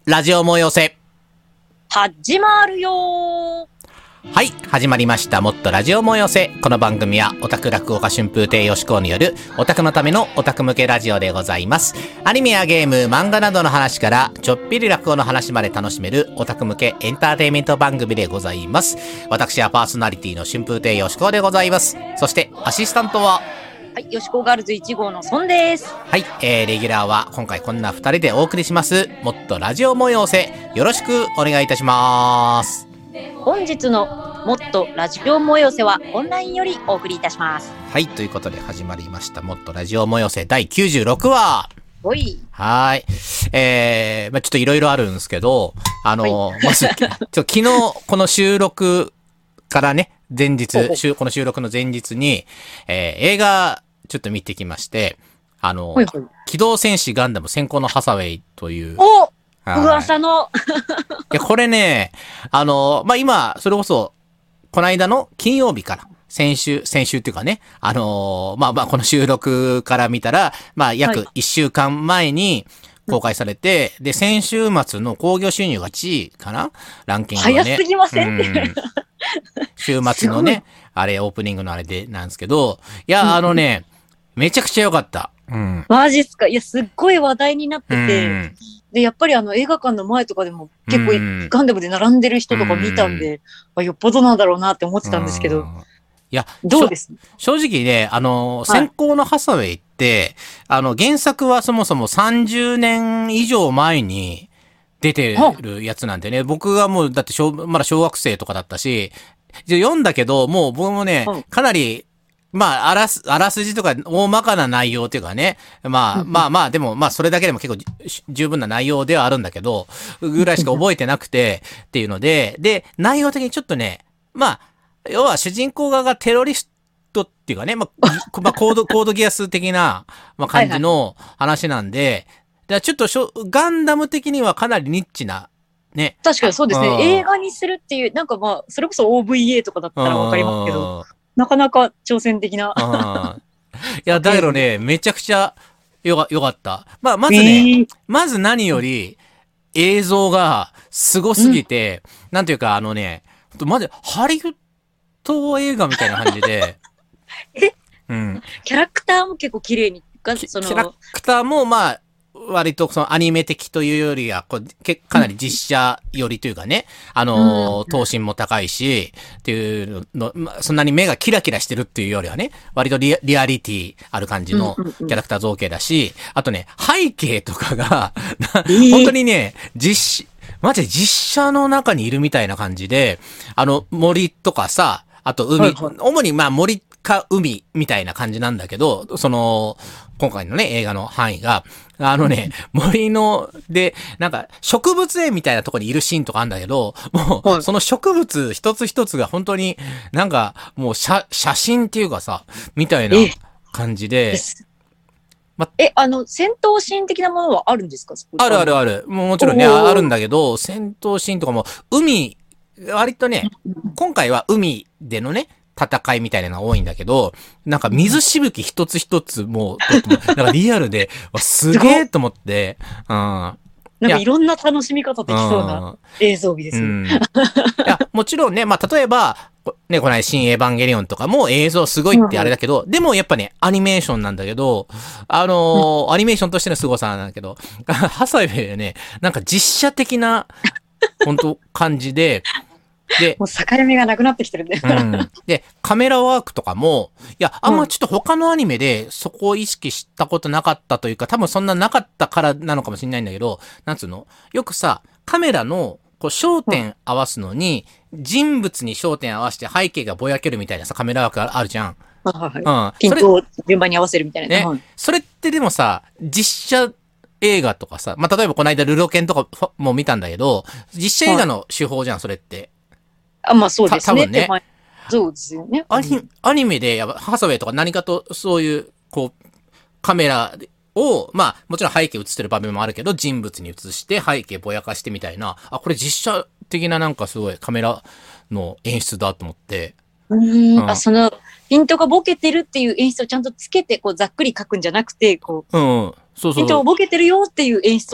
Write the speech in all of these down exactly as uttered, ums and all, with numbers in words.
ラジオもよせ。 始まるよー。 はい、始まりました。もっとラジオもよせ。この番組はオタク落語家春風亭よしこうによるオタクのためのオタク向けラジオでございます。アニメやゲーム、漫画などの話からちょっぴり落語の話まで楽しめるオタク向けエンターテインメント番組でございます。私はパーソナリティの春風亭よしこうでございます。そしてアシスタントははい、よしこガールズいち号の孫です。 はい、えー、レギュラーは今回こんなふたりでお送りします。もっとラジオもよせ。よろしくお願いいたします。 本日のもっとラジオもよせはオンラインよりお送りいたします。 はい、ということで始まりました。もっとラジオもよせだいきゅうじゅうろくわ。 おい。 はい。えー、まあちょっといろいろあるんですけど、あの、 はい、 まず、ちょ昨日この収録からね、前日、週この収録の前日に、えー、映画ちょっと見てきまして、あの、はいはい、機動戦士ガンダム先行のハサウェイという。 お噂のいや、これね、あの、まあ、今、それこそ、この間の金曜日から、先週、先週っていうかね、あのー、まあまあ、この収録から見たら、まあ、約いっしゅうかんまえに公開されて、はい、で、先週末の興行収入がいちいかなランキングがね。 早すぎません、うん、 週末のね、あれ、オープニングのあれで、なんですけど、いや、あのね、めちゃくちゃ良かった。うん。 マジっすか？いや、すっごい話題になってて、うん、で、やっぱりあの映画館の前とかでも結構ガンダムで並んでる人とか見たんで、うん、よっぽどなんだろうなって思ってたんですけど。うん、 いや、 どうです？ 正直ね、あの、先行のハサウェイって、はい、あの、原作はそもそもさんじゅうねん以上前に出てるやつなんでね、僕がもう、だって小、まだ小学生とかだったし、読んだけど、もう僕もね、うん、かなり、まあ、あらす、あらすじとか大まかな内容っていうかね。まあ、まあまあ、でも、まあ、それだけでも結構十分な内容ではあるんだけど、ぐらいしか覚えてなくて、っていうので、で、内容的にちょっとね、まあ、要は主人公側がテロリストっていうかね、まあ、まあ、コード、コードギアス的な、まあ、感じの話なんで、はいはい、ちょっとしょ、ガンダム的にはかなりニッチな、ね。 確かにそうですね。映画にするっていう、なんかまあ、それこそ オーブイエー とかだったらわかりますけど。なかなか挑戦的な。 いや、だけどね、めちゃくちゃよか、よかった。まあ、まずね、えー、まず何より映像がすごすぎて、うん、なんていうか、あのね、まずハリウッド映画みたいな感じで。 えうん。 キャラクターも結構綺麗に、 そのキャラクターもまあ、割とそのアニメ的というよりは、こうかなり実写寄りというかね、あのー、頭身も高いし、っていうの、まあ、そんなに目がキラキラしてるっていうよりはね、割とリア、リアリティある感じのキャラクター造形だし、あとね、背景とかが、本当にね、実、マジで実写の中にいるみたいな感じで、あの、森とかさ、あと海、はいはい、主にまあ森か海みたいな感じなんだけど、その、今回のね、映画の範囲が、あのね、森の、で、なんか、植物園みたいなところにいるシーンとかあるんだけど、もう、その植物一つ一つが本当になんか、もう写、写真っていうかさ、みたいな感じで。 ま、え、あの、戦闘シーン的なものはあるんですか？ あるあるある。もうもちろんね、あるんだけど、戦闘シーンとかも、海、割とね、今回は海でのね、戦いみたいなのが多いんだけど、なんか水しぶき一つ一つもう、なんかリアルで、すげえと思って、うん。 なんかいろんな楽しみ方できそうな映像美ですね。うん、いや、もちろんね、まあ、例えば、ね、この間、新エヴァンゲリオンとかも映像すごいってあれだけど、うん、でもやっぱね、アニメーションなんだけど、あのーうん、アニメーションとしての凄さなんだけど、ハサウェイでね、なんか実写的な、本当感じで、 で、もう境目がなくなってきてるんだよ。 うん。で、カメラワークとかも、いや、あんまちょっと他のアニメでそこを意識したことなかったというか、多分そんななかったからなのかもしれないんだけど、なんつうの？よくさ、カメラのこう焦点合わすのに、うん、人物に焦点合わせて背景がぼやけるみたいなさ、カメラワークあるじゃん。 はいはい。うん。ピントを順番に合わせるみたいなね。それってでもさ、実写映画とかさ、まあ、例えばこの間ルロケンとかも見たんだけど、実写映画の手法じゃん、それって。 あ、まあそうですね。 多分ね。 そうですよね。 アニ、アニメで、やっぱハサウェイとか何かとそういう、こう、カメラを、まあ、もちろん背景映してる場面もあるけど、人物に映して背景ぼやかしてみたいな、あ、これ実写的ななんかすごいカメラの演出だと思って。 うーん、うん、あ、その、ピントがボケてるっていう演出をちゃんとつけて、こう、ざっくり描くんじゃなくて、こう、 うん、そうそう。 ピントをボケてるよっていう演出を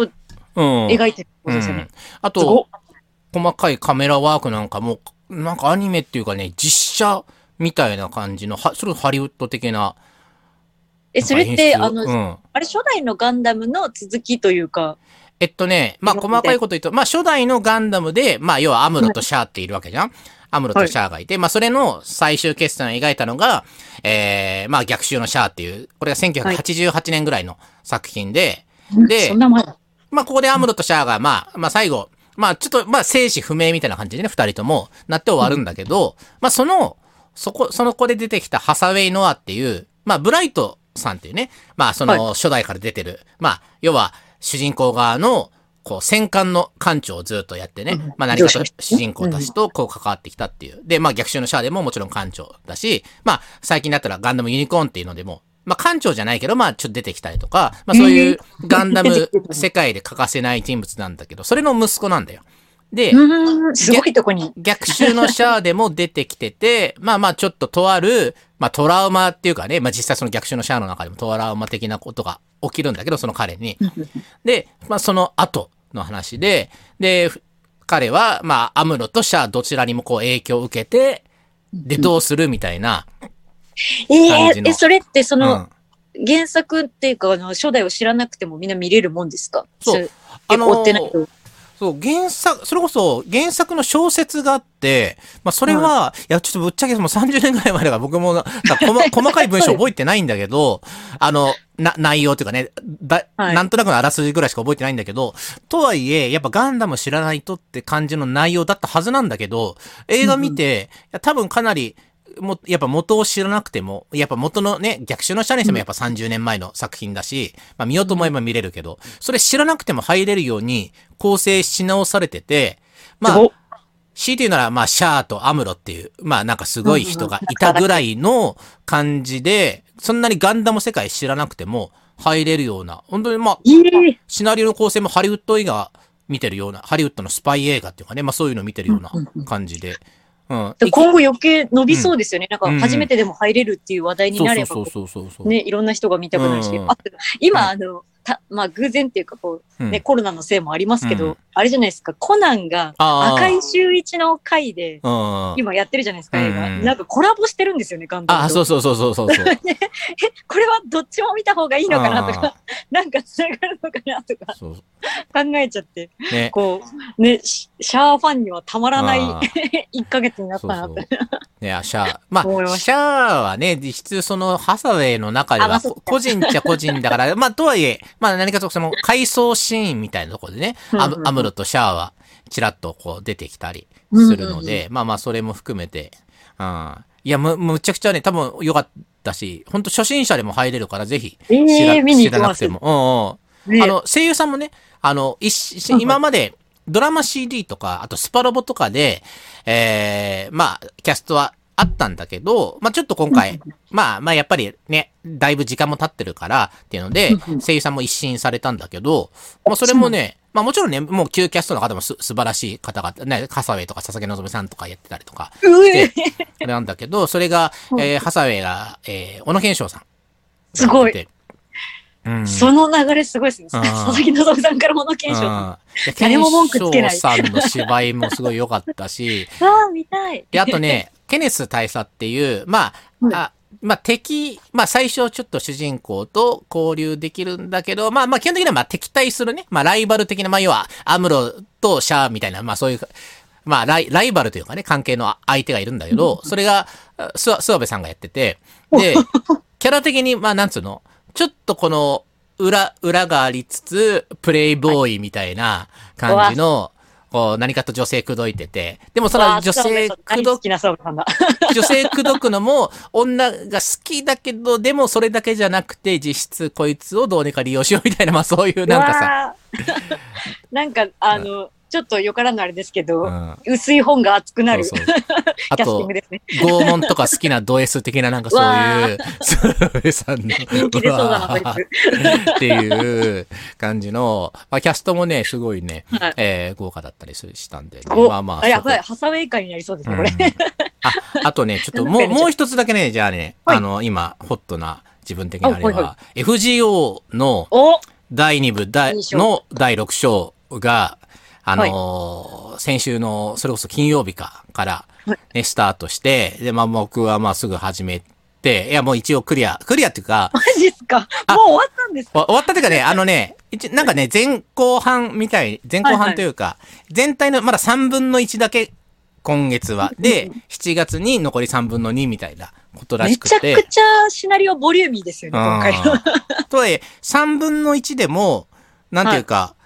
うん。 描いてるってことですよね。 うん、あと、細かいカメラワークなんかも、なんかアニメっていうかね、実写みたいな感じの、は、それハリウッド的な。 え、それって、あの、 うん、 あれ、初代のガンダムの続きというか。 えっとね、まあ、細かいこと言うと、まあ、初代のガンダムで、まあ、要はアムロとシャアっているわけじゃん、はい、アムロとシャアがいて、まあ、それの最終決戦を描いたのが、えー、まあ、逆襲のシャアっていう、これがせんきゅうひゃくはちじゅうはちねんぐらいの作品で、 はい、 で、 そんな前まあ、ここでアムロとシャアが、まあ、まあ、最後、まあ、ちょっと、まあ、生死不明みたいな感じでね、二人ともなって終わるんだけど、まあ、その、そこ、その子で出てきたハサウェイ・ノアっていう、まあ、ブライトさんっていうね、まあ、その、初代から出てる、はい、まあ、要は、主人公側の、こう、戦艦の艦長をずっとやってね、うん、まあ、何かと主人公たちと、こう、関わってきたっていう。で、まあ、逆襲のシャアでももちろん艦長だし、まあ、最近だったらガンダムユニコーンっていうのでも、まあ、艦長じゃないけど、まあ、ちょっと出てきたりとか、まあ、そういうガンダム世界で欠かせない人物なんだけど、それの息子なんだよ。で、 すごいとこに。 逆襲のシャアでも出てきてて、まあまあちょっととある、まあトラウマっていうかね、まあ実際その逆襲のシャアの中でもトラウマ的なことが起きるんだけど、その彼に。で、まあその後の話で、で、彼は、まあアムロとシャアどちらにもこう影響を受けて、で、どうするみたいな。 えー、え、それってその、うん、原作っていうか、あの、初代を知らなくてもみんな見れるもんですか？ そう。 あのー、追ってないと。 そう、原作、それこそ原作の小説があって、まあそれは、うん、いや、ちょっとぶっちゃけもうさんじゅうねんぐらい前だから僕も、細かい文章覚えてないんだけど、あの、な、内容っていうかね、だ、はい、なんとなくのあらすじぐらいしか覚えてないんだけど、とはいえ、やっぱガンダム知らないとって感じの内容だったはずなんだけど、映画見て、うん、いや多分かなり、も、やっぱ元を知らなくても、やっぱ元のね、逆襲のシャアにしてもやっぱさんじゅうねんまえの作品だし、まあ見ようと思えば見れるけど、それ知らなくても入れるように構成し直されてて、まあ、強いて言うなら、まあ、シャアとアムロっていう、まあなんかすごい人がいたぐらいの感じで、そんなにガンダム世界知らなくても入れるような、本当にまあ、シナリオの構成もハリウッド映画見てるような、ハリウッドのスパイ映画っていうかね、まあそういうの見てるような感じで、うん、 今後余計伸びそうですよね。うん、なんか初めてでも入れるっていう話題になれば、ね、いろんな人が見たくなるし、うん、あ今、あの、たまあ偶然っていうかこう、ね、うん、コロナのせいもありますけど、うん、あれじゃないですか、コナンが赤井秀一の回で今やってるじゃないですか、映画。なんかコラボしてるん考えちゃって。 あ、そうそうそうそうそうそう。 え、これはどっちも見た方がいいのかなとか、なんか繋がるのかなとか考えちゃって、ね、こう、ね、シャアファンにはたまらないいっかげつになったなって。 いや、シャア。まあ、シャアはね、実質そのハサウェイの中では個人っちゃ個人だから、まあ、とはいえ、まあ何かとその回想シーンみたいなところでね、アム、アムロとシャアはちらっとこう出てきたりするので、まあまあそれも含めて、うん。いや、む、むちゃくちゃね、多分良かったし、本当初心者でも入れるからぜひ知ら、えー、知らなくても。うんうん。ね、あの、声優さんもね、あの、一、今までドラマ シーディー とか、あとスパロボとかで、えー、まあ、キャストはあったんだけど、まあちょっと今回、まあまあやっぱりね、だいぶ時間も経ってるからっていうので、声優さんも一新されたんだけど、まあそれもね、まあもちろんね、もう旧キャストの方もす素晴らしい方々、ね、ハサウェイとか佐々木希さんとかやってたりとかして、あれなんだけど、それが、えー、ハサウェイが、えー、小野賢章さん。 すごい。うん、その流れすごいですね。佐々木希さんから小野賢章さん。誰も文句つけない。 賢章さんの芝居もすごい良かったし。 ああ、見たい。 で、あとね、ケネス大佐っていう、まあ、うん、あまあ敵、まあ最初ちょっと主人公と交流できるんだけど、まあまあ基本的にはまあ敵対するね、まあライバル的な、まあ要はアムロとシャアみたいな、まあそういう、まあライライバルというかね、関係の相手がいるんだけど、それが、諏訪部さんがやってて、で、キャラ的に、まあなんつうの、ちょっとこの、裏、裏がありつつ、プレイボーイみたいな感じの、こう、何かと女性口説いてて。でもその女性口説く、女性口説くのも、女が好きだけど、でもそれだけじゃなくて、実質こいつをどうにか利用しようみたいな、まあそういうなんかさ。 なんか、あの、うん、ちょっとよからぬあれですけど、うん、薄い本が熱くなる。そうそうあと、拷問とか好きなド S 的ななんかそういう、そういうさんの。 人気出そうだな、こいつ。 っていう感じの、まあ、キャストもね、すごいね、はい、えー、豪華だったりしたんで、ね、まあまあ。 あ、やばい、ハサウェイ会になりそうですね、これ。うん、 あ、あとね、ちょっともう、もう一つだけね、じゃあね、はい、あの、今、ホットな自分的なあれは、はいはい、エフジーオー の、 だいに部第のだいろく章が、あのーはい、先週の、それこそ金曜日か、から、ね、はい、スタートして、で、まあ僕はまあすぐ始めて、いやもう一応クリア、クリアっていうか。 マジっすか？もう終わったんですか？ 終わったっていうかね、あのね、一なんかね、前後半みたい、前後半というか、はいはい、全体のまださんぶんのいちだけ、今月は。で、しちがつに残りさんぶんのにみたいなことらしくて。 めちゃくちゃシナリオボリューミーですよね、今回の。 とはいえ、さんぶんのいちでも、なんていうか、はい、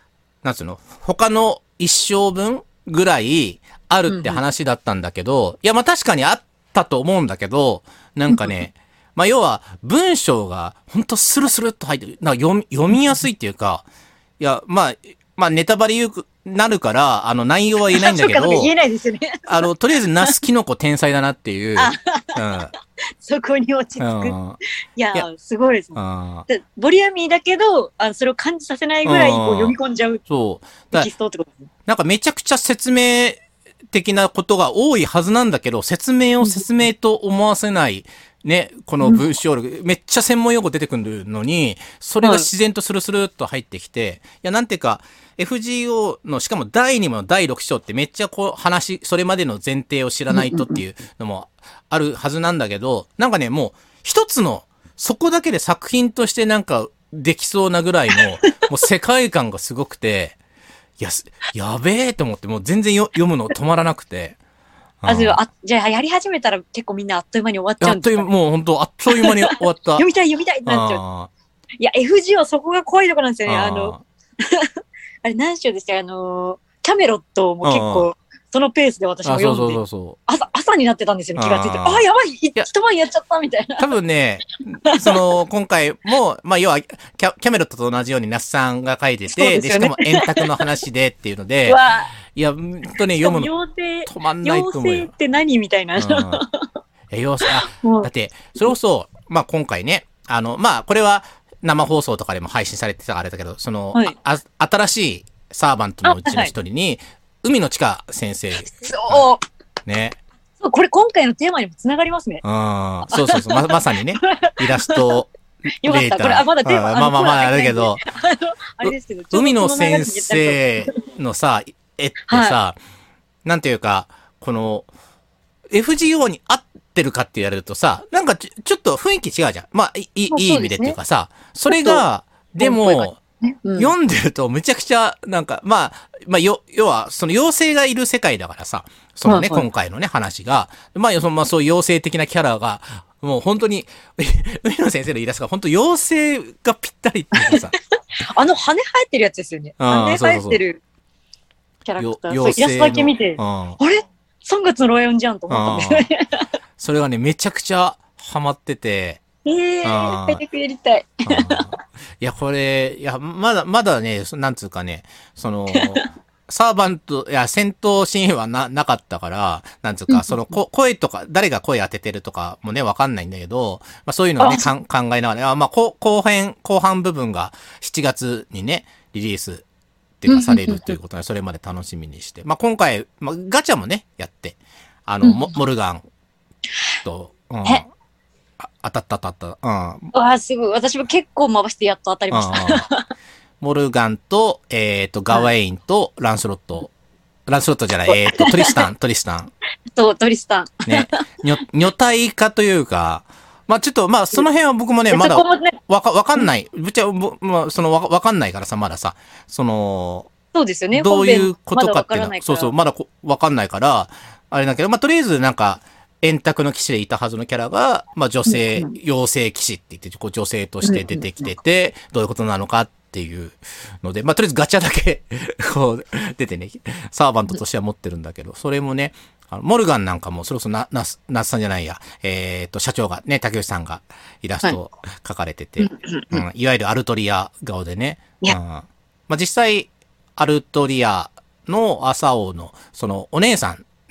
なんつうの、他の一生分ぐらいあるって話だったんだけど、うんうん、いや、まあ確かにあったと思うんだけど、なんかね、まあ要は文章がほんとスルスルっと入ってる。なんか読み、読みやすいっていうか、いや、まあ、まあネタバレ言う、なるから、あの内容は言えないんだけど、 言えないですよね。 あの、とりあえずナスキノコ天才だなっていう。うん、 そこに落ち着く。うん、いや、いやすごいですね。ボリューミーだけど、あのそれを感じさせないぐらいこう読み込んじゃう。 そう。 テキストってことですね。 なんかめちゃくちゃ説明的なことが多いはずなんだけど、説明を説明と思わせない、ね、この文章力、めっちゃ専門用語出てくるのに、それが自然とスルスルっと入ってきて、いや、なんていうか、エフジーオー の、しかもだいに部のだいろく章ってめっちゃこう話、それまでの前提を知らないとっていうのもあるはずなんだけど、なんかね、もう一つの、そこだけで作品としてなんかできそうなぐらいの、もう世界観がすごくて、や、やべえと思って、もう全然よ読むの止まらなくて。 あ、じゃあ、じゃあやり始めたら結構みんなあっという間に終わっちゃうんですか、ね、 あっという、もう本当あっという間に終わった。 読みたい読みたいってなっちゃう。いや、エフジーオー そこが怖いとこなんですよね。あ, あの、あれ何章でしたあの、キャメロットも結構、そのペースで私も読んで、そうそうそう朝、朝になってたんですよね、気がついて。ああ、やばい一晩やっちゃったみたいな。 多分ね、その、今回も、まあ、要はキャ、キャメロットと同じように那須さんが書いてて、で, ね、で、しかも円卓の話でっていうので、いや、ほんとね、読むの止まんないと思うよ。 妖精って何みたいな。 え、妖精、あ、だって、それこそ、まあ、今回ね、あの、まあ、これは生放送とかでも配信されてたからあれだけど、その、はい、ああ新しいサーバントのうちの一人に、海野千佳先生。 そう。 ね。 そう、これ今回のテーマにもつながりますね。 うん。そうそうそう。ま、まさにね。イラスト。 よかった。これ、あ、まだテーマ。 まあまあまあ、あれだけど。 あれですけど、 海野先生のさ、絵ってさ、はい、なんていうか、この、エフジーオー に合ってるかって言われるとさ、なんかちょ、ちょっと雰囲気違うじゃん。まあ、いい、いい意味でっていうかさ、それが、でも、うん、読んでるとむちゃくちゃ、なんか、まあ、まあ、よ、要は、その妖精がいる世界だからさ、そのね、はいはい、今回のね、話が、まあ、その、まあ、そういう妖精的なキャラが、もう本当に、海野先生のイラストが本当妖精がぴったりっていうかさ。 あの羽生えてるやつですよね。羽生えてるキャラクター。そう、イラストだけ見て、うん、あれ ?さん 月のライオンじゃんと思ったんですよね。 それがね、めちゃくちゃハマってて、 ええー、書いてくれりたい。 いや、これ、いや、まだ、まだね、なんつうかね、その、サーバント、いや、戦闘シーンはな、なかったから、なんつうか、その、こ声とか、誰が声当ててるとかもね、わかんないんだけど、まあそういうのをね、かん考えながら、あまあ後、後編、後半部分がしちがつにね、リリースっていうかされるということで、それまで楽しみにして。まあ今回、まあガチャもね、やって、あの、モ, モルガンと、うん。当たった当たった。うん。 ああ、すごい。私も結構回してやっと当たりました。 モルガンと、えっ、ー、と、ガワェインと、ランスロット。ランスロットじゃない、えっ、ー、と、トリスタン、トリスタン。 そう、トリスタン。 ね。女、女体化というか、まあちょっと、まあその辺は僕もね、まだ、わか、わかんない。ぶっちゃ、まあそのわ、わかんないからさ、まださ、その、 そうですよね。 どういうことかっていうのは、そうそう、まだこわかんないから、あれだけど、まあとりあえずなんか、円卓の騎士でいたはずのキャラが、まあ女性、うんうん、妖精騎士って言って、こう女性として出てきてて、うんうん、どういうことなのかっていうので、まあとりあえずガチャだけ、こう、出てね、サーバントとしては持ってるんだけど、それもね、あのモルガンなんかも、そろそろな、なす、なすさんじゃないや、えっ、ー、と、社長がね、竹内さんがイラストを描かれてて、はい、うん、いわゆるアルトリア顔でね、うん、まあ実際、アルトリアの朝王の、そのお姉さん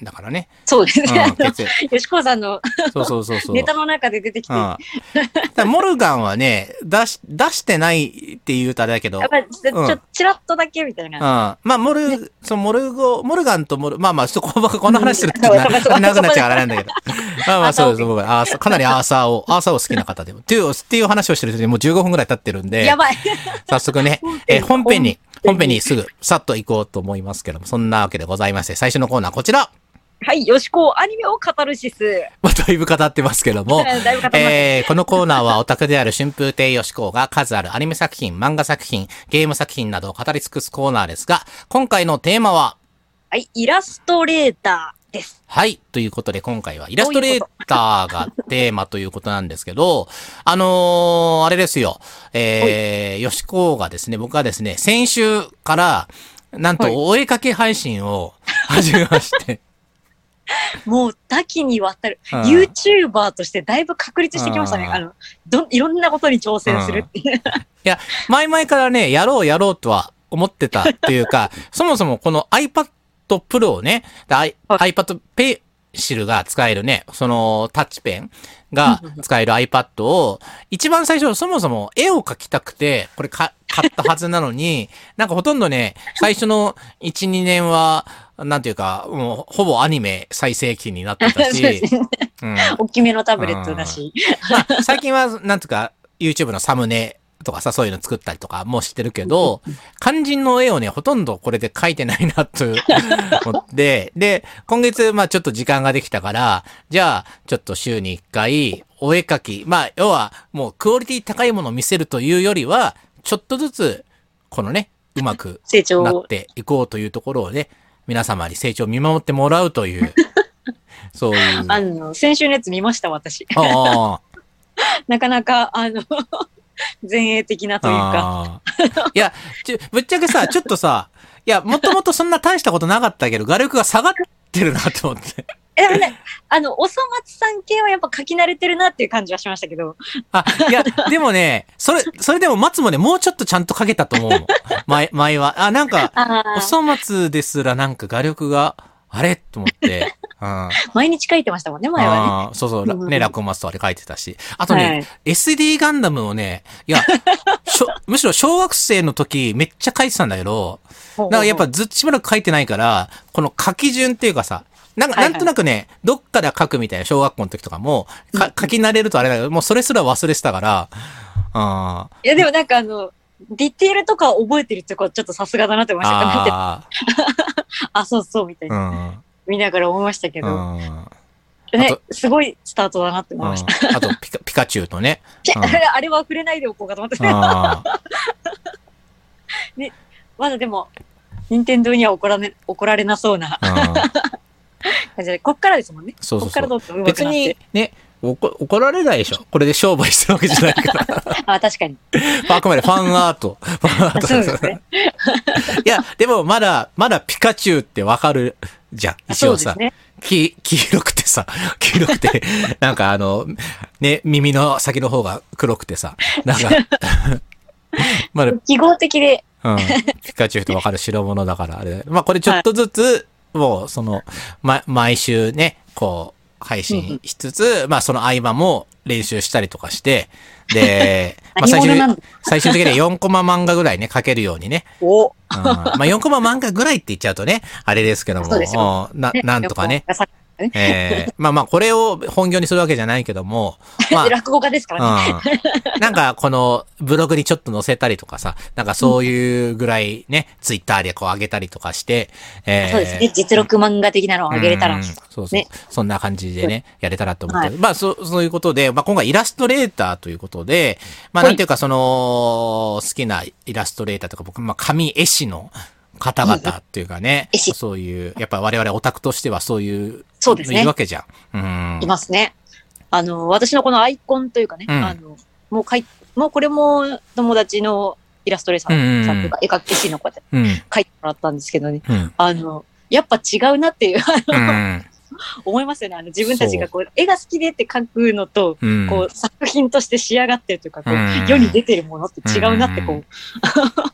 だからね。 そうですね。 うん、血塩。吉川さんのそうそうそうそう。 ネタの中で出てきて。 うん、モルガンはね、出し、出してないって言うとあれだけど。 やっぱり、ちょ、ちらっとだけみたいな。 うん。まあ、モル、ね、そのモルゴ、モルガンとモル、まあまあ、そこ、この話するとな、長くなっちゃうからなんだけど。まあまあ、そうです。僕は、あかなりアーサーを、アーサーを好きな方でも。っていう、っていう話をしてる時にもうじゅうごふんぐらい経ってるんで。 やばい。 早速ね、えー、本編に、本編にすぐ、さっと行こうと思いますけども、そんなわけでございまして、最初のコーナーこちら。 はい、よしこアニメを語るシス。 まあ、だいぶ語ってますけども、えー、このコーナーはオタクである春風亭よしこが数あるアニメ作品、漫画作品、ゲーム作品などを語り尽くすコーナーですが、今回のテーマは、 はい、イラストレーターです。 はい。ということで、今回はイラストレーターがテーマということなんですけど、あのー、あれですよ。えー、よしこがですね、僕はですね、先週から、なんと、お絵かけ配信を始めまして。 もう多岐にわたる、うん、YouTuber としてだいぶ確立してきましたね。うん、あの、ど、いろんなことに挑戦するっていう。うん、いや、前々からね、やろうやろうとは思ってたっていうか、そもそもこの iPad Pro をね、I、iPad Pencil が使えるね、そのタッチペンが使える iPad を、一番最初そもそも絵を描きたくて、これか買ったはずなのに、なんかほとんどね、最初のいち、にねんは、なんていうか、もう、ほぼアニメ最盛期になってたし。 うん、大きめのタブレットだし。 まあ、最近は、なんていうか、YouTube のサムネとかさ、そういうの作ったりとかもしてるけど、肝心の絵をね、ほとんどこれで描いてないな、と思って、で、今月、まあちょっと時間ができたから、じゃあ、ちょっと週にいっかい、お絵描き、まあ、要は、もう、クオリティ高いものを見せるというよりは、ちょっとずつ、このね、うまくなっていこうというところをね、皆様に成長を見守ってもらうという、そういう。 あの、先週のやつ見ました、私。あなかなか、あの、前衛的なというか。 いや、ちょ、ぶっちゃけさ、ちょっとさ、いや、もともとそんな大したことなかったけど、画力が下がってるなと思って。 でもね、あの、おそ松さん系はやっぱ書き慣れてるなっていう感じはしましたけど。 あ、いや、でもね、それ、それでも松もね、もうちょっとちゃんと書けたと思うの。前、前は。あ、なんか、おそ松ですらなんか画力が、あれと思って。うん、 毎日書いてましたもんね、前はね。 そうそう、ね、ラコマスとあれ書いてたし。あとね、はい、エスディー ガンダムをね、いや、しょむしろ小学生の時めっちゃ書いてたんだけど、なんかやっぱずっとしばらく書いてないから、この書き順っていうかさ、なんか、なんとなくね、はいはい、どっかで書くみたいな小学校の時とかも、か書き慣れるとあれだけど、もうそれすら忘れてたから、 あいやでもなんかあの、ディテールとか覚えてるってこはちょっとさすがだなって思いました。あ, あ、そうそうみたいな、うん。見ながら思いましたけど。うん、ね、すごいスタートだなって思いました。 うん、あとピカ、ピカチュウとね。 うん、あれは触れないでおこうかと思ってた。ね、まだでも、任天堂には怒られ、怒られなそうな。こっからですもんね。 そうそうそう。 こっからどうぞ別にね、怒怒られないでしょ。これで商売してるわけじゃないから。 あ、確かに。 あくまでファンアート。ファンアートそうですね。 いや、でもまだ、まだピカチュウってわかるじゃん。一応さ。ね、黄、黄色くてさ、黄色くて、なんかあの、ね、耳の先の方が黒くてさ、なんか、 まだ。記号的で。 うん。ピカチュウとわかる白物だから、あれ。まあこれちょっとずつ、はいもう、その、ま、毎週ね、こう、配信しつつ、うん、まあ、その合間も練習したりとかして、で、まあ、最終、最終的にはよんコマ漫画ぐらいね、描けるようにね。 お、うん、 まあ、よんコマ漫画ぐらいって言っちゃうとね、あれですけども、な、なんとかね。えー、まあまあ、これを本業にするわけじゃないけども、まあ、 落語家ですからね、 うん。なんか、この、ブログにちょっと載せたりとかさ、なんかそういうぐらいね、うん、ツイッターでこう上げたりとかして、 えー、そうですね、実録漫画的なのを上げれたら、うん、 そうそう、ね、そんな感じでね、やれたらと思って、はい、まあ、そう、そういうことで、まあ今回イラストレーターということで、まあなんていうかその、好きなイラストレーターとか僕、まあ紙絵師の、方々っていうかね、うん、そういう、やっぱ我々オタクとしてはそういう、 そうですね。 いるわけじゃん。うん。 いますね。あの、私のこのアイコンというかね、うん、あの、もうかい、もうこれも友達のイラストレーターさんというか、うん、絵描き師の子で描いてもらったんですけどね、うん、あの、やっぱ違うなっていう、あの、うん、思いますよね。あの、自分たちがこう、絵が好きでって描くのと、うん、こう、作品として仕上がってるというか、こう、うん、世に出てるものって違うなってこう、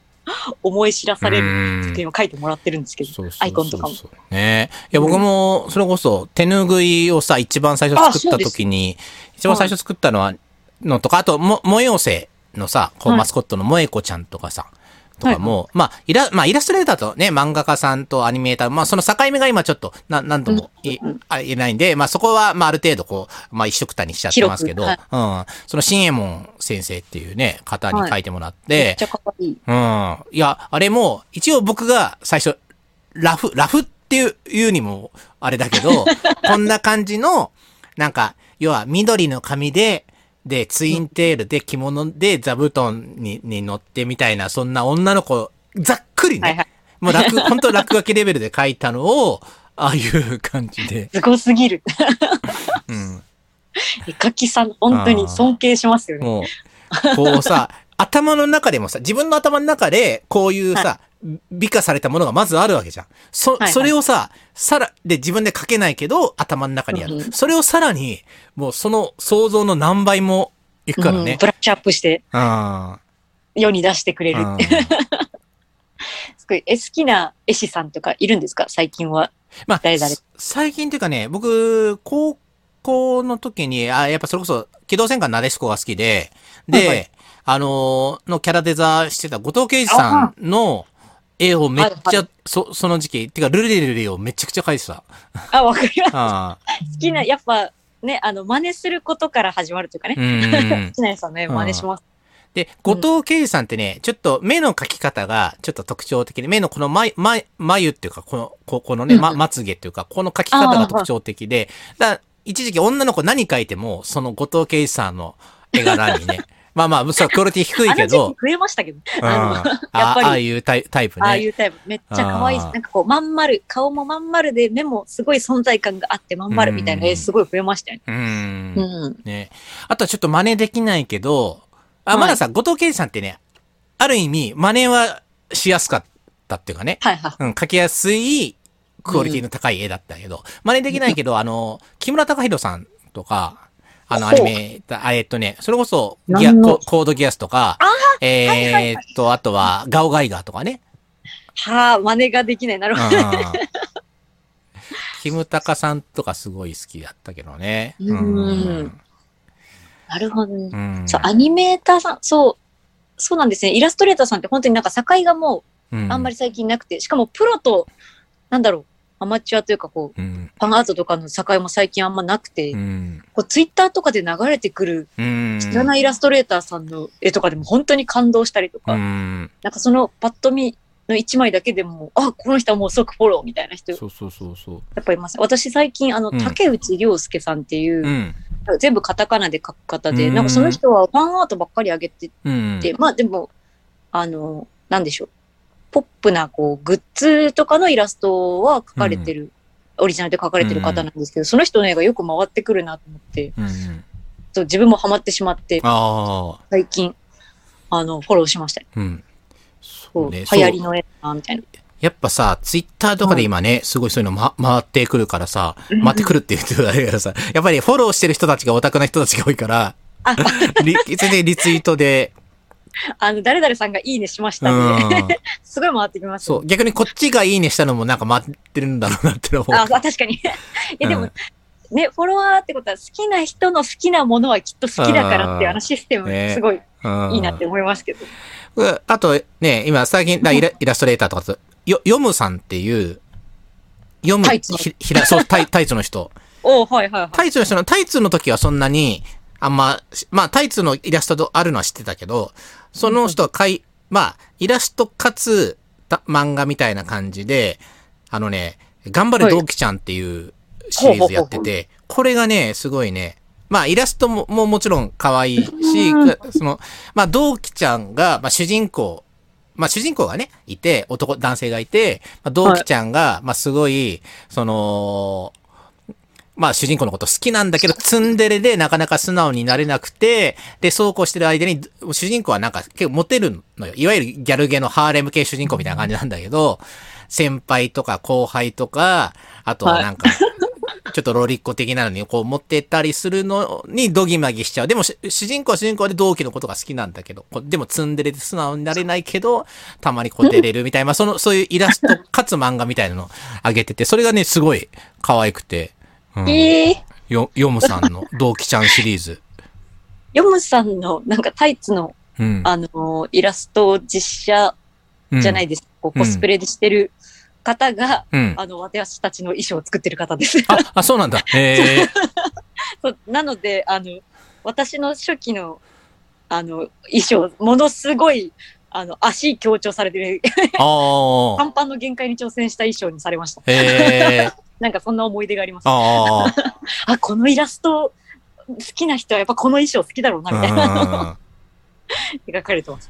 思い知らされる作品を書いてもらってるんですけど、アイコンとかも。 ねいや、僕も、それこそ、手ぬぐいをさ、一番最初作った時に、一番最初作ったのは、のとか、あと、も、萌え寄せのさ、こう、マスコットの萌え子ちゃんとかさ、とかも、はい、まあ、イラ、まあ、イラストレーターとね、漫画家さんとアニメーター、まあ、その境目が今ちょっと、な、なんとも言えないんで、まあ、そこは、まあ、ある程度、こう、まあ、一緒くたにしちゃってますけど、はい、うん。その、新右衛門先生っていうね、方に書いてもらって、はい、 めっちゃかわいい。 うん。いや、あれも、一応僕が最初、ラフ、ラフっていう、いうにも、あれだけど、こんな感じの、なんか、要は、緑の髪で、で、ツインテールで着物で座布団に、に乗ってみたいな、そんな女の子、ざっくりね。はいはい、もう落、本当落書きレベルで書いたのを、ああいう感じで。 すごすぎる。 うん。 絵描きさん、本当に尊敬しますよね。 もう、こうさ、頭の中でもさ、自分の頭の中で、こういうさ、はい、美化されたものがまずあるわけじゃん。そ、はいはい、それをさ、さら、で自分で書けないけど、頭の中にある。うん、それをさらに、もうその想像の何倍もいくからね。 うん、ブラッシュアップして、 うん、 世に出してくれるって。すごい、え、好きな絵師さんとかいるんですか最近は。 まあ、 誰々。 最近っていうかね、僕、高校の時に、あ、やっぱそれこそ、機動戦艦なでしこが好きで、で、はいはい、あのー、のキャラデザしてた後藤圭司さんの絵をめっちゃ、はいはい、そ、その時期、てか、ルリルリをめちゃくちゃ描いてた。 あ、わかります。好きな、やっぱ、ね、あの、真似することから始まるというかね。好きな絵さんの絵真似します。 で、後藤圭司さんってね、ちょっと目の描き方がちょっと特徴的で、目のこの眉、眉、眉っていうか、この、ここのね、ま、まつげっていうか、この描き方が特徴的で、だ一時期女の子何描いても、その後藤圭司さんの絵柄にね、まあまあ、それはクオリティ低いけど。 あの時期増えましたけど。 うん、あの、やっぱりあ。あいうタイプね。 ああいうタイプ。めっちゃ可愛いし、なんかこう、まん丸、顔もまん丸で、目もすごい存在感があって、まん丸みたいな絵すごい増えましたよね。 うん。うん。ね。あとはちょっと真似できないけど、あ、まださ、はい、後藤圭司さんってね、ある意味、真似はしやすかったっていうかね。はいはい。うん、描きやすいクオリティの高い絵だったけど、うん、真似できないけど、あの、木村隆弘さんとか、あの、アニメ、えっとね、それこそ、ギア、コードギアスとか、えー、っと、あとは、ガオガイガーとかね。 はあ、真似ができない。なるほど。 キムタカさんとかすごい好きだったけどね。 うん。なるほどね。うん、そう、アニメーターさん、そう、そうなんですね。イラストレーターさんって本当になんか境がもう、あんまり最近なくて、うん、しかもプロと、なんだろう、アマチュアというかこう、うん、ファンアートとかの境も最近あんまなくて、うん、こうツイッターとかで流れてくる、知らないイラストレーターさんの絵とかでも本当に感動したりとか、うん、なんかそのパッと見の一枚だけでも、あ、この人はもう即フォローみたいな人、 そうそうそうそう。 やっぱいます。私最近あの、うん、竹内涼介さんっていう、うん全部カタカナで書く方で、なんかその人はファンアートばっかり上げてて、うん、まあでも、あの、なんでしょう。ポップなこうグッズとかのイラストは描かれてる、うん、オリジナルで描かれてる方なんですけど、うん、その人の絵がよく回ってくるなと思って、うん、そう自分もハマってしまって、最近、あの、フォローしました。うん、そうね、流行りの絵だな、みたいな。 やっぱさ、ツイッターとかで今ね、うん、すごいそういうの、ま、回ってくるからさ、回ってくるって言ってるあれからさ、やっぱりフォローしてる人たちがオタクな人たちが多いから、リ全然リツイートで。 あの、誰々さんがいいねしましたね。うん、すごい回ってきます、ね。 そう、逆にこっちがいいねしたのもなんか回ってるんだろうなって思う。 あ、確かに。いやでも、うん、ね、フォロワーってことは好きな人の好きなものはきっと好きだからっていうあのシステム、すごいいいなって思いますけど。 あとね、今最近イラ、イラストレーターとかと、よ、読むさんっていう、読む、 タイツひ、ひら、そう、タイ、タイツの人。 おはいはいはい。 タイツの人の、タイツの時はそんなに、あんま、まあ、タイツのイラストあるのは知ってたけど、その人はかい、まあ、イラストかつ、漫画みたいな感じで、あのね、頑張れ同期ちゃんっていうシリーズやってて、これがね、すごいね、まあ、イラストも、ももちろん可愛いし、その、まあ、同期ちゃんが、まあ、主人公、まあ主人公がね、いて、男、男性がいて、まあ、同期ちゃんが、はい、まあすごい、その、まあ主人公のこと好きなんだけど、ツンデレでなかなか素直になれなくて、で、そうこうしてる間に、主人公はなんか結構モテるのよ。いわゆるギャルゲのハーレム系主人公みたいな感じなんだけど、先輩とか後輩とか、あとはなんか、はいちょっとロリッコ的なのにこう持ってったりするのにドギマギしちゃう。でも主人公は主人公で同期のことが好きなんだけど、でもツンデレで素直になれないけど、たまにこう出れるみたいな、まあその、そういうイラストかつ漫画みたいなのを上げてて、それがね、すごい可愛くて。うん、 えー、 よ、ヨムさんの同期ちゃんシリーズ。 ヨムさんのなんかタイツの、うん、あの、イラスト実写じゃないですか、うん、こうコスプレでしてる方が、うん、あの、私たちの衣装を作ってる方です。 あ、あ、そうなんだ。へーそうなので、あの、私の初期の、あの、衣装、ものすごい、あの、足強調されてる、パンパンの限界に挑戦した衣装にされました。 へーなんかそんな思い出があります。ああ、このイラスト好きな人はやっぱこの衣装好きだろうな、みたいな。描かれてます。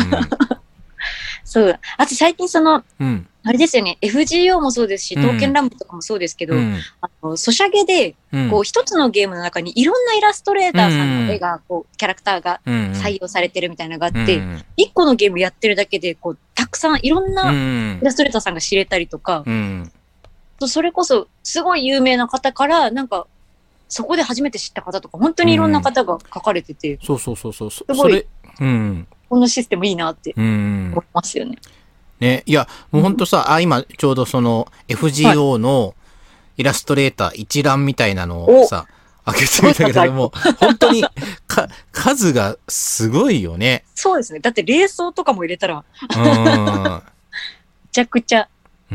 そう。あと最近その、うん、あれですよね、エフジーオー もそうですし、刀剣乱舞とかもそうですけど、うん、あのソシャゲで、こう、一つのゲームの中にいろんなイラストレーターさんの絵が、こう、キャラクターが採用されてるみたいなのがあって、一、うん、個のゲームやってるだけで、こう、たくさんいろんなイラストレーターさんが知れたりとか、うん、それこそ、すごい有名な方から、なんか、そこで初めて知った方とか、本当にいろんな方が書かれてて、 うん、そうそうそうそう、 すごい、うん、このシステムいいなって思いますよね。 ね、いや、もうほんとさ、うん、あ、今ちょうどその エフジーオー のイラストレーター一覧みたいなのをさ、開けてみたけども、本当にか数がすごいよね。 そうですね。だって冷蔵とかも入れたら、めちゃくちゃ、うん、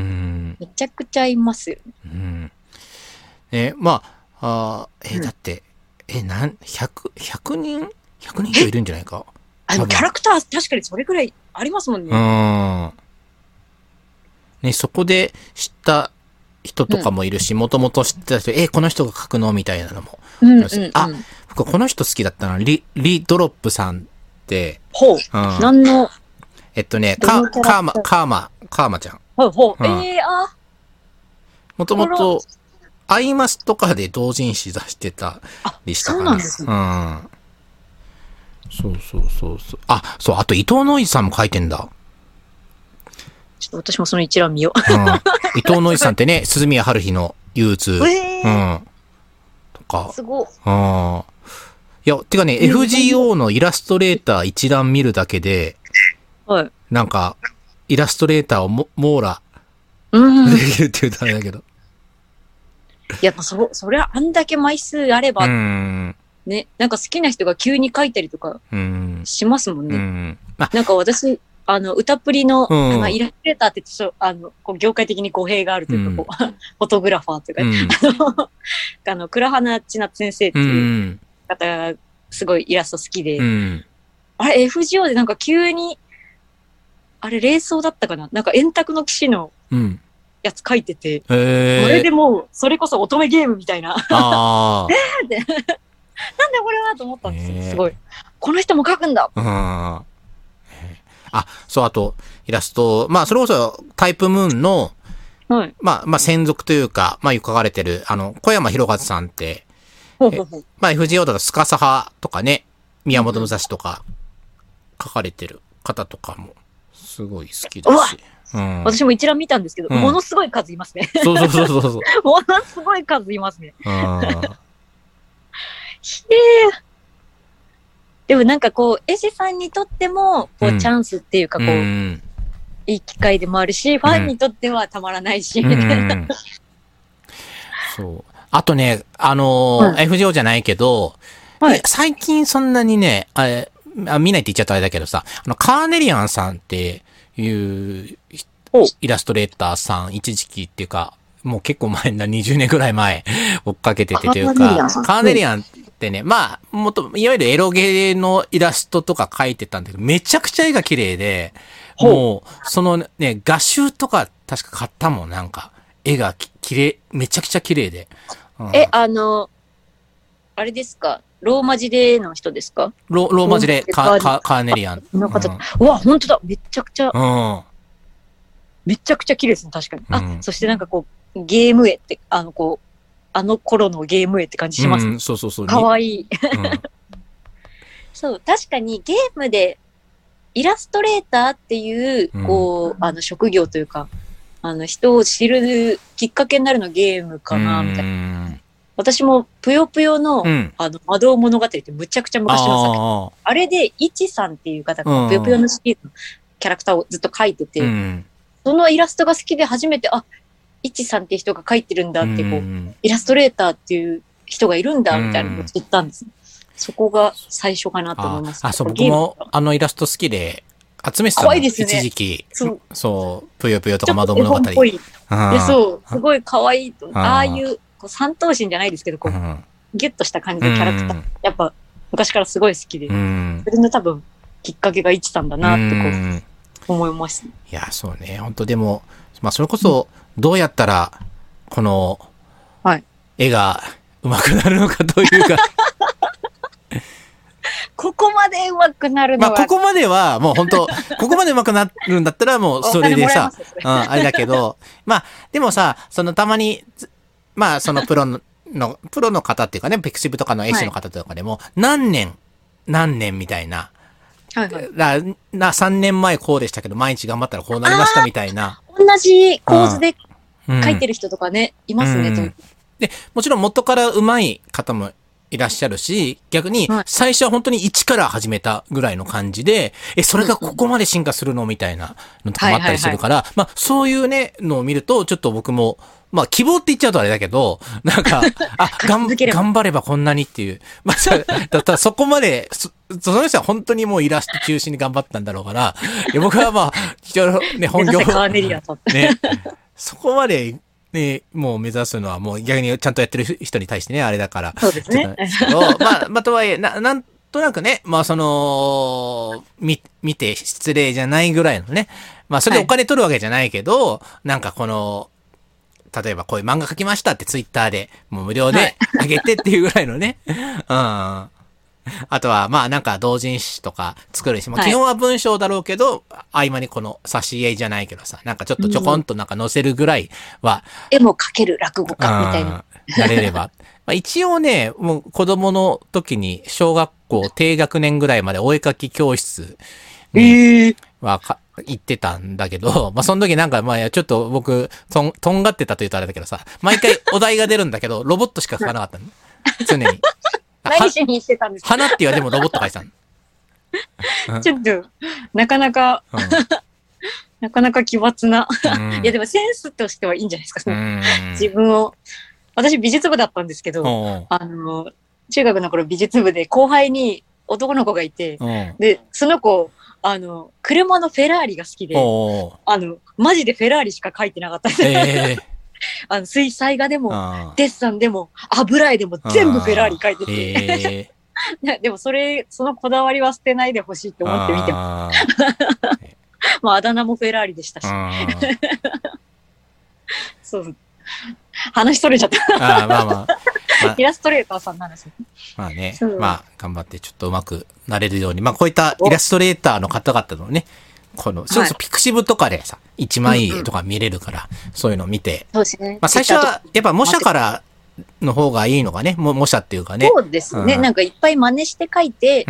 めちゃくちゃいますよね。うん、 ね、まあ、あえ、だって、うん、え、なん、ひゃく、ひゃくにん ?ひゃく 人以上いるんじゃないか。 あの、キャラクター確かにそれくらいありますもんね。うん。 ね、そこで知った人とかもいるし、もともと知ってた人、え、この人が書くのみたいなのも。うんうんうん、あ、僕この人好きだったな。リ、リドロップさんって。 ほう。うん、何のえっとね、カ、カーマ、カーマ、カーマちゃん。 ほうほう。うん、えー、あもともと、アイマスとかで同人誌出してたりしたかな。そうなんですね。うん。そうそうそうそう。あ、そう、あと伊藤ノイさんも書いてんだ。 ちょっと私もその一覧見よう。 うん、伊藤ノイさんってね、鈴宮春日の憂鬱。えー、うん。とか。 すごい。 うん。いや、てかね、エフジーオー のイラストレーター一覧見るだけで、はい。なんか、イラストレーターをも網羅できるって言うとあれだけど。 やっぱそ、それはあんだけ枚数あれば、うんね、なんか好きな人が急に書いたりとかしますもんね。うんま、なんか私、あの、歌プリの、うんまあ、イラストレーターってちょっと、あの、こう業界的に語弊があるというか、こう、うん、フォトグラファーというか、うん、あの、倉花千夏先生っていう方がすごいイラスト好きで、うん、あれ、エフジーオー でなんか急に、あれ、霊装だったかななんか円卓の騎士のやつ書いてて、うん、あれでもう、それこそ乙女ゲームみたいな。あえーってなんでこれはと思ったんですよ。すごい。この人も書くんだ。うんあ、そう、あと、イラスト、まあ、それこそ、タイプムーンの、はい、まあ、まあ、専属というか、まあ、よく書かれてる、あの、小山博和さんって、ほうほうほうまあ、エフジーオー だとスカサハとかね、宮本武蔵とか、書かれてる方とかも、すごい好きだし。 うん、私も一覧見たんですけど、うん、ものすごい数いますね。 そうそうそうそうそう。 ものすごい数いますね。うん。ひえー。でもなんかこう、絵師さんにとっても、こう、うん、チャンスっていうかこう、うん、いい機会でもあるし、ファンにとってはたまらないし、みたいな。 そう。あとね、あのー、はい、エフジーオー じゃないけど、はい、最近そんなにね、あれ、あ見ないって言っちゃったあれだけどさ、あの、カーネリアンさんっていうイラストレーターさん、一時期っていうか、もう結構前な、にじゅうねんぐらい前追っかけててというか、カーネリアンってね、まあ、もっと、いわゆるエロゲのイラストとか描いてたんだけど、めちゃくちゃ絵が綺麗で、もう、そのね、画集とか確か買ったもん、なんか、絵がきれい、めちゃくちゃ綺麗で。 うん、え、あの、あれですかローマ字での人ですかロローマ字でカカカーネリアン。 の方、うん、うわ、ほんとだ。めちゃくちゃ、うん、めちゃくちゃ綺麗ですね、確かに。あ、うん、そしてなんかこう、ゲーム絵って、あの、こう、あの頃のゲーム絵って感じします。うん、 そうそうそう。 かわいい。うん、そう、確かにゲームでイラストレーターっていう、うん、こう、あの、職業というか、 あの、人を知るきっかけになるのゲームかな、みたいな。私もぷよぷよの、うん、あの、魔導物語ってむちゃくちゃ昔の作品。あ, あれで、いちさんっていう方がぷよぷよのシリーズのキャラクターをずっと描いてて、うん、そのイラストが好きで初めて、あ、いちさんっていう人が描いてるんだって、こう、うん、イラストレーターっていう人がいるんだ、みたいなのを知ったんです。うん、そこが最初かなと思います。 あ、あそう、僕もあのイラスト好きで、集めてたの、ね、一時期。そう。そう、ぷよぷよとか窓物語。 っぽい。いや、そう、すごい可愛いと。ああいう、こう三頭身じゃないですけど、こう、うん、ギュッとした感じのキャラクター。やっぱ、昔からすごい好きで。うん、それの多分、きっかけがいちさんだなって、こう、思います、ね。 いや、そうね。本当でも、まあ、それこそ、どうやったら、この、はい。絵が上手くなるのかというか、 ここまで上手くなるのは。 まあ、ここまでは、もう本当ここまで上手くなるんだったら、もうそれでさ、うん、あれだけど、まあ、でもさ、そのたまに、まあ、そのプロの、のプロの方っていうかね、ピクシブとかの絵師の方とかでも、はい、何年、何年みたいな、はいはい、な、さんねんまえこうでしたけど、毎日頑張ったらこうなりましたみたいな。 同じ構図で描いてる人とかね、うん、いますね、うん、 で、もちろん元から上手い方もいらっしゃるし、逆に最初は本当に一から始めたぐらいの感じで、え、それがここまで進化するのみたいなのとかもあったりするから、まあそういうね、のを見ると、ちょっと僕も、まあ希望って言っちゃうとあれだけど、なんか、あ、がん頑張ればこんなにっていう。まあ、だったらそこまで、そ, その人は本当にもうイラスト中心に頑張ったんだろうから、いや僕はまあ、非常にね、本業ね、そこまで、ね、もう目指すのはもう逆にちゃんとやってる人に対してね、あれだから。 そうですね。 まあ、まあ、とはいえ、な、なんとなくね、まあその、み、見て失礼じゃないぐらいのね、まあそれでお金取るわけじゃないけど、はい、なんかこの、例えばこういう漫画描きましたってツイッターでもう無料であげてっていうぐらいのね。うん。あとは、まあなんか同人誌とか作るし、まあ基本は文章だろうけど、はい、合間にこの挿絵じゃないけどさ、なんかちょっとちょこんとなんか載せるぐらいは。 絵も描ける落語家みたいな。 なれれば。まあ一応ね、もう子供の時に小学校低学年ぐらいまでお絵描き教室にはか、行ってたんだけど、まあ、その時なんか、まあ、ちょっと僕、とん、とんがってたと言うとあれだけどさ、毎回お題が出るんだけど、ロボットしか書かなかったの。常に。 何しに行ってたんですか？ 花っていうはでもロボット書いてたの。ちょっと、なかなか、うん、なかなか奇抜な。いや、でもセンスとしてはいいんじゃないですか。自分を。私美術部だったんですけど、あの、中学の頃美術部で後輩に男の子がいて、で、その子、あの、車のフェラーリが好きで、あの、マジでフェラーリしか描いてなかったんで、えー、あの、水彩画でも、デッサンでも、油絵でも全部フェラーリ描いてて、えー、でもそれ、そのこだわりは捨てないでほしいって思って見てます。まあ、あだ名もフェラーリでしたし。そう。話それちゃった。あまあまあ。まあ、イラストレーターさんなんですよ。 まあね。まあ、頑張ってちょっとうまくなれるように。まあ、こういったイラストレーターの方々のね、この、そうそう、ピクシブとかでさ、一枚絵とか見れるから、うんうん、そういうのを見て。 そうですね。 まあ、最初は、やっぱ模写からの方がいいのがね、も模写っていうかね。 そうですね。うん、なんかいっぱい真似して描いて、うん、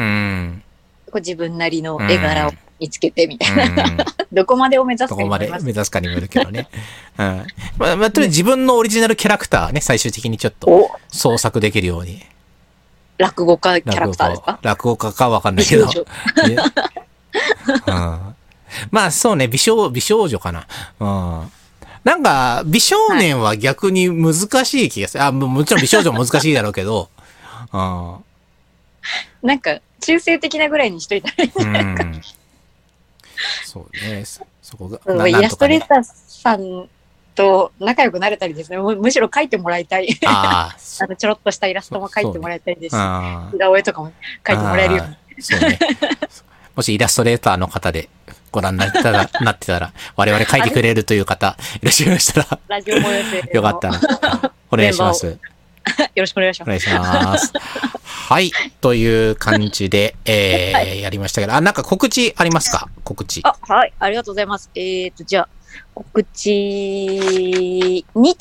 こう自分なりの絵柄を見つけてみたいな。うん、どこまでを目指すかにもよります。どこまで目指すかにもよるけどね。うん。まあ、まあ、とりあえず自分のオリジナルキャラクターね、最終的にちょっと創作できるように。 落語家キャラクターですか？ 落語家かわかんないけど。うん、まあそうね、美少、美少女かな。うん。なんか、美少年は逆に難しい気がする。はい、あ、もちろん美少女も難しいだろうけど。うん。 なんか、中性的なぐらいにしといたらいいんじゃないか。うん、 そうね。そこが。 うん、イラストレーターさんと仲良くなれたりですね。む, むしろ描いてもらいたい。ああのちょろっとしたイラストも描いてもらいたいですし、似顔絵とかも描いてもらえるように。そうね。 もしイラストレーターの方でご覧になってたら、なってたら我々描いてくれるという方いらっしゃいましたら、 ラジオもよせよかったらお願いします。よろしくお願いします。 お願いします。はい。という感じで、えーはい、やりましたけど、あ、なんか告知ありますか？告知。 あ、はい。ありがとうございます。えーと、じゃあ、告知にてん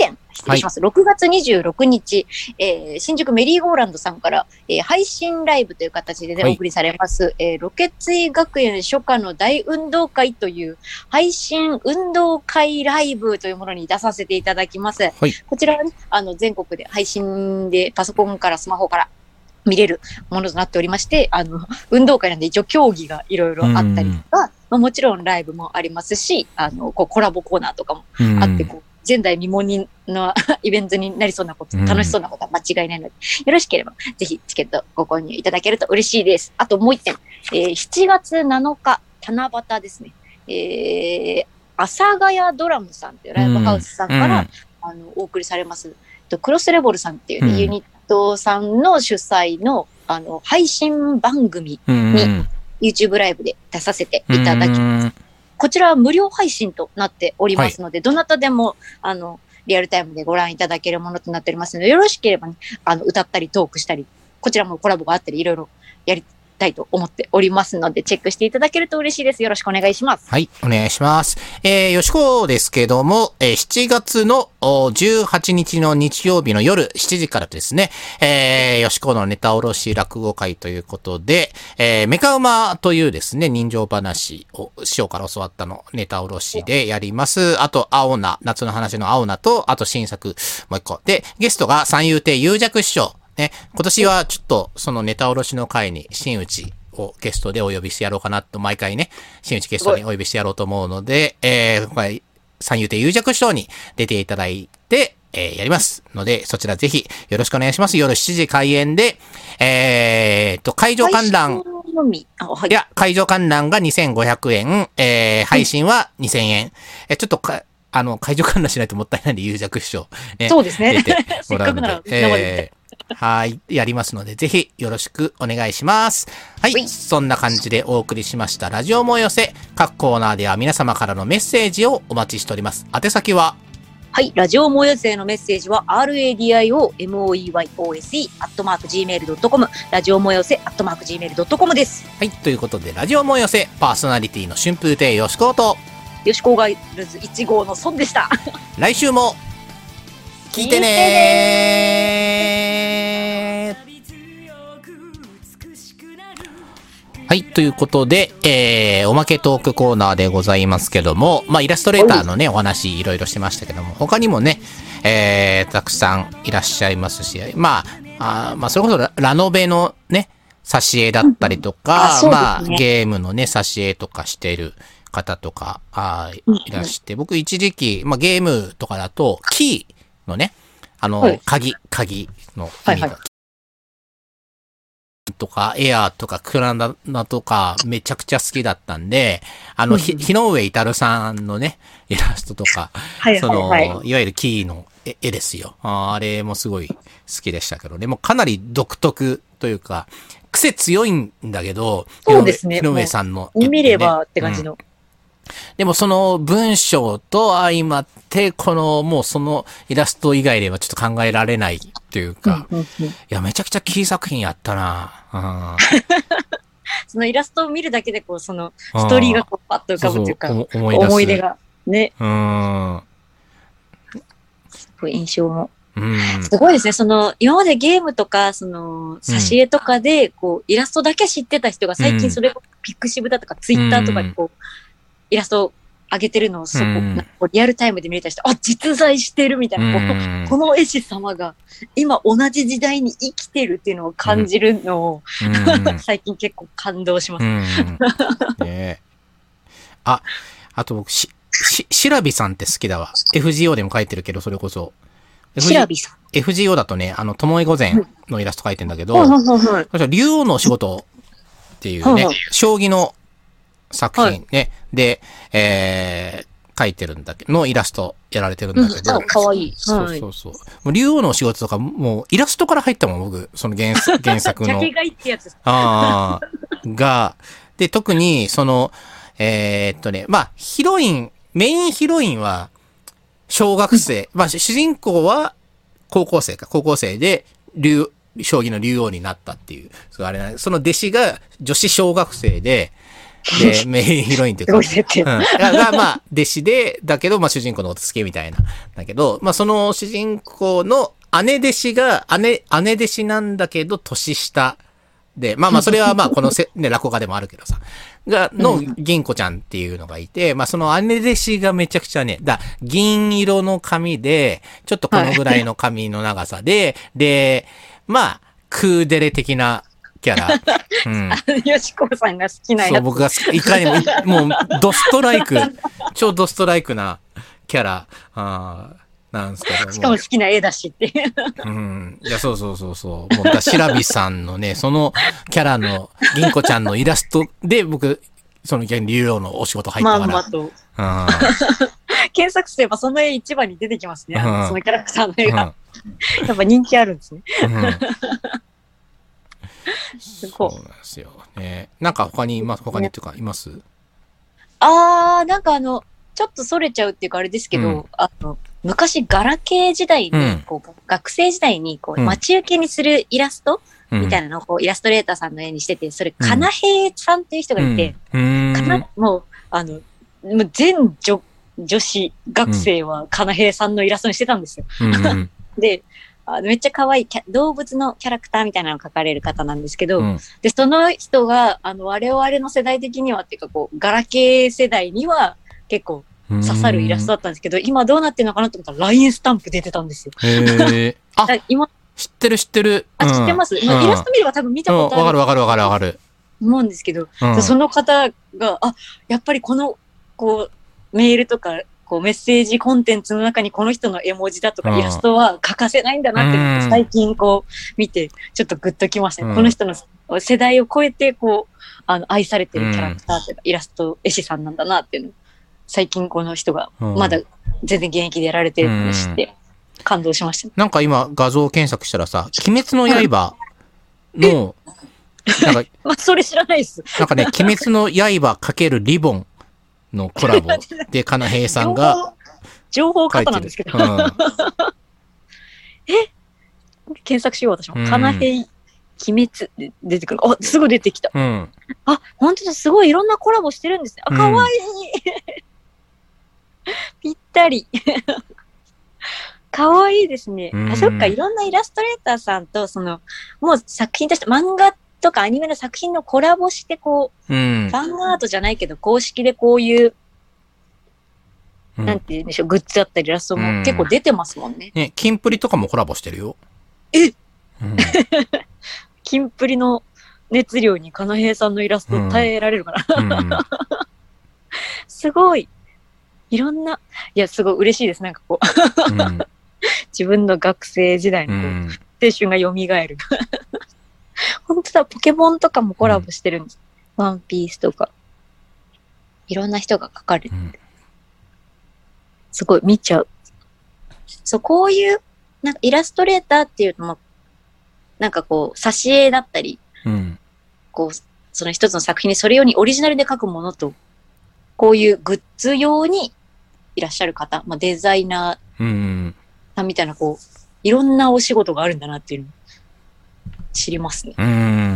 失礼します。はい、ろくがつにじゅうろくにち、えー、新宿メリーゴーランドさんから、えー、配信ライブという形で、ね、はい、お送りされます、えー、ロケツイ学園初夏の大運動会という配信運動会ライブというものに出させていただきます。はい、こちらは、ね、あの全国で配信でパソコンからスマホから見れるものとなっておりまして、あの、運動会なんで一応競技がいろいろあったりとか、まあ、もちろんライブもありますし、あの、こうコラボコーナーとかもあって、こう、前代未聞のイベントになりそうなこと、楽しそうなことは間違いないので、よろしければぜひチケットご購入いただけると嬉しいです。あともう一点、えー、しちがつなのか、七夕ですね。えー、阿佐ヶ谷ドラムさんというライブハウスさんから、あの、お送りされます、クロスレボルさんっていう、ね、ユニットさんの主催のあの配信番組に YouTube ライブで出させていただきます。こちらは無料配信となっておりますので、はい、どなたでもあのリアルタイムでご覧いただけるものとなっておりますので、よろしければ、ね、あの歌ったりトークしたり、こちらもコラボがあったりいろいろやりたいと思っておりますので、チェックしていただけると嬉しいです。よろしくお願いします。 はい、お願いします。えー、よしこですけども、えー、しちがつのじゅうはちにちの日曜日の夜しちじからですね、えー、よしこのネタおろし落語会ということで、えー、メカウマというですね、人情話を師匠から教わったのネタおろしでやります。あと、青菜、夏の話の青菜と、あと新作もう一個。で、ゲストが三遊亭遊雀師匠。ね、今年はちょっとそのネタおろしの会に真打ちをゲストでお呼びしてやろうかなと、毎回ね、真打ちゲストにお呼びしてやろうと思うので、えー、今回三遊亭遊雀師匠に出ていただいて、えー、やりますので、そちらぜひよろしくお願いします。夜しちじ開演で、えーと、会場観覧、はい、いや、会場観覧がにせんごひゃくえん、えー、配信はにせんえん。え、ちょっとか、あの、会場観覧しないともったいないんで、遊雀師匠、 ね。そうですね。 出てもらうので。えーはい。やりますので、ぜひよろしくお願いします。はい。そんな感じでお送りしましたラジオもよせ。各コーナーでは皆様からのメッセージをお待ちしております。宛先ははい。ラジオもよせのメッセージは ラディオモヨセ アットマーク ジーメールドットコム ラジオもよせ アットマーク ジーメールドットコム です。 はい。ということで、ラジオもよせパーソナリティの春風亭よしことよしこガイルズいち号の孫でした。 来週も聞いてねー。はい。ということで、えー、おまけトークコーナーでございますけども、まあ、イラストレーターのね、お話いろいろしてましたけども、他にもね、えー、たくさんいらっしゃいますし、まあ、あまあ、それこそラ、ラノベのね、挿絵だったりとか、うんあね、まあ、ゲームのね、挿絵とかしている方とか、あいらして、僕一時期、まあ、ゲームとかだと、キーのね、あの、はい、鍵、鍵の意味が、はいはいとか、エアーとか、クラナナとか、めちゃくちゃ好きだったんで、あの、うん、ひ、日上至さんのね、イラストとか、はいはいはい、その、いわゆるキーの絵絵ですよ。あ。あれもすごい好きでしたけどね。もうかなり独特というか、癖強いんだけど、 そうですね。 日上さんの、 ね。見ればって感じの。うんでもその文章と相まって、このもうそのイラスト以外ではちょっと考えられないというか、うんうんうん、いや、めちゃくちゃキー作品やったな、うん、 そのイラストを見るだけでこう、そのストーリーがこうパッと浮かぶというか、そうそう思い出す思い出がね。うん。すごい印象も。うん、すごいですね。その、今までゲームとか、その、挿絵とかで、こう、イラストだけ知ってた人が最近それをピクシブだとか、ツイッターとかでこう、イラストを上げてるのをそこ、うん、リアルタイムで見れた人、あ、実在してるみたいな、うん、この絵師様が今同じ時代に生きてるっていうのを感じるのを、うん、最近結構感動します。うんね、あ、あと僕、し、し、しらびさんって好きだわ。エフジーオー でも書いてるけど、それこそ。 しらびさん。 エフジーオー だとね、あの、ともえ御前のイラスト書いてんだけど、はいはいはいはい、竜王のお仕事っていうね、はいはい、将棋の作品ね、はい、で、えー、書いてるんだけど、のイラストやられてるんだけど。 うん、かわいい。 そうそうそう。もう竜王のお仕事とか、もうイラストから入ったもん、僕。その原, 原作の。 ジャケ買いってやつ。 ああ。が、で、特に、その、えー、っとね、まあ、ヒロイン、メインヒロインは、小学生。まあ、主人公は、高校生か、高校生で、竜、将棋の竜王になったっていう。そ, あれその弟子が女子小学生で、 で、メインヒロインっていうか。 すごい設定。 うん。が、まあ、弟子で、だけど、まあ、主人公のこと好きみたいな。だけど、まあ、その主人公の姉弟子が、姉、姉弟子なんだけど、年下。で、まあまあ、それはまあ、このせ、ね、落語家でもあるけどさ。が、の、銀子ちゃんっていうのがいて、まあ、その姉弟子がめちゃくちゃね、だ、銀色の髪で、ちょっとこのぐらいの髪の長さで、で、まあ、クーデレ的なキャラ。うん。 よしこさんが好きなやつ。 そう、僕が好き、いかにも、もう、ドストライク、超ドストライクなキャラ、あなんですけども。 しかも好きな絵だしっていう。 うん。いや、そうそうそうそう。もう、だ白火さんのね、そのキャラの、銀子ちゃんのイラストで、僕、その逆に竜王のお仕事入ったから。 まんまと。 うん、 検索すればその絵一番に出てきますね。 うん、 そのキャラクターの絵が。うん、やっぱ人気あるんですね。うんすごい。 そうなんですよ。ね、なんか他にいます、他にっていうか、います？ あー、なんかあの、ちょっとそれちゃうっていうかあれですけど、うん、あの、昔ガラケー時代に、うん、こう学生時代にこう、うん、待ち受けにするイラスト、うん、みたいなのをこうイラストレーターさんの絵にしてて、それ、かなへいさんっていう人がいて、うん、かなもう、あの、もう全女女子学生はかなへいさんのイラストにしてたんですよ。うん、で、あのめっちゃ可愛い動物のキャラクターみたいなのを描かれる方なんですけど、うん、で、その人が、あの、我々の世代的にはっていうか、こう、ガラケー世代には結構刺さるイラストだったんですけど、今どうなってるのかなと思ったら ライン スタンプ出てたんですよ。 へー。あ、 今、 知ってる知ってる。 あ、知ってます、うん、イラスト見れば多分見たことある。 わかるわかるわかるわかる。 思うんですけど、うん、その方が、あ、やっぱりこの、こう、メールとか、こうメッセージコンテンツの中にこの人の絵文字だとかイラストは欠かせないんだなって、最近こう見てちょっとグッときましたね。うん、この人の世代を超えてこうあの愛されてるキャラクターというか、うん、イラスト絵師さんなんだなっていうのを最近この人がまだ全然現役でやられてるのを知って感動しました、ね。 なんか今画像検索したらさ、鬼滅の刃のなんかまあそれ知らないです。 なんかね、鬼滅の刃×リボンのコラボで、かなへいさんが情報型なんですけど、うん、え検索しよう私も、うん、かなへい鬼滅で出てくる。あ、すぐ出てきた、うん、あ、本当だ、すごいいろんなコラボしてるんですね。あ、かわいい、うん、ぴったりかわいいですね、うん、あ、そっか、いろんなイラストレーターさんとそのもう作品として漫画とかアニメの作品のコラボしてこう、うん、ファンアートじゃないけど公式でこういう、うん、なんて言うんでしょう、グッズだったりイラストも結構出てますもんね。 うん、ね、キンプリとかもコラボしてるよ。 え、うん、キンプリの熱量にかなへいさんのイラスト耐えられるかな、うん、すごい。いろんな、いや、すごい嬉しいです。なんかこう、うん、自分の学生時代のこう、うん、青春が蘇る。本当だ、ポケモンとかもコラボしてるんです。うん、ワンピースとか。いろんな人が描かれてる、うん。すごい、見ちゃう。そう、こういう、なんかイラストレーターっていうのも、なんかこう、挿絵だったり、うん、こう、その一つの作品にそれ用にオリジナルで描くものと、こういうグッズ用にいらっしゃる方、まあ、デザイナーさんみたいな、こう、いろんなお仕事があるんだなっていうの知りますね。うん。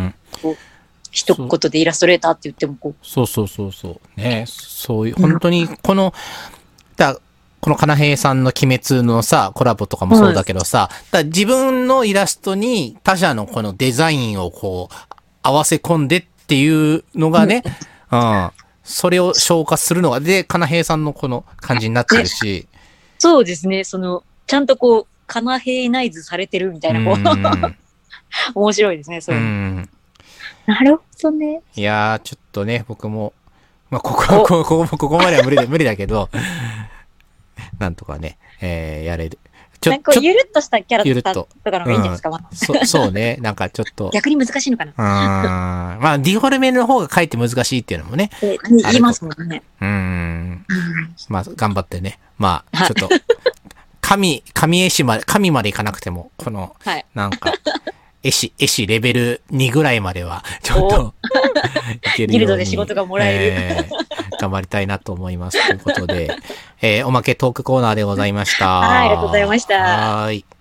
こう一言でイラストレーターって言ってもこう。 そうそうそうそうね、そういう本当にこの、だこのかなへいさんの鬼滅のさコラボとかもそうだけどさ、うん、だ自分のイラストに他社のこのデザインをこう合わせ込んでっていうのがね、うん、うん、それを消化するのがでかなへいさんのこの感じになってるし、 そうですね、そのちゃんとこうかなへいナイズされてるみたいなこう。うん面白いですね、そういうの。うん、なるほどね。 いやー、ちょっとね、僕も、まあ、ここ、ここ、ここまでは無理だ、無理だけど、なんとかね、えー、やれる。 ちょなんかこうゆるっとしたキャラクターとかの方がいいんじゃないですか、うん、まあ、 そそうね、なんかちょっと。 逆に難しいのかな。うん。 まあ、ディフォルメの方が書いて難しいっていうのもね。 えー、言いますもんね。 うん。まあ、頑張ってね。まあ、ちょっと、神、神絵師まで、神までいかなくても、この、はい、なんか、絵師、絵師レベルにぐらいまでは、ちょっと、いけるように。 ギルドで仕事がもらえる。 えー、頑張りたいなと思います。ということで、えー、おまけトークコーナーでございました。 はい、ありがとうございました。 はい。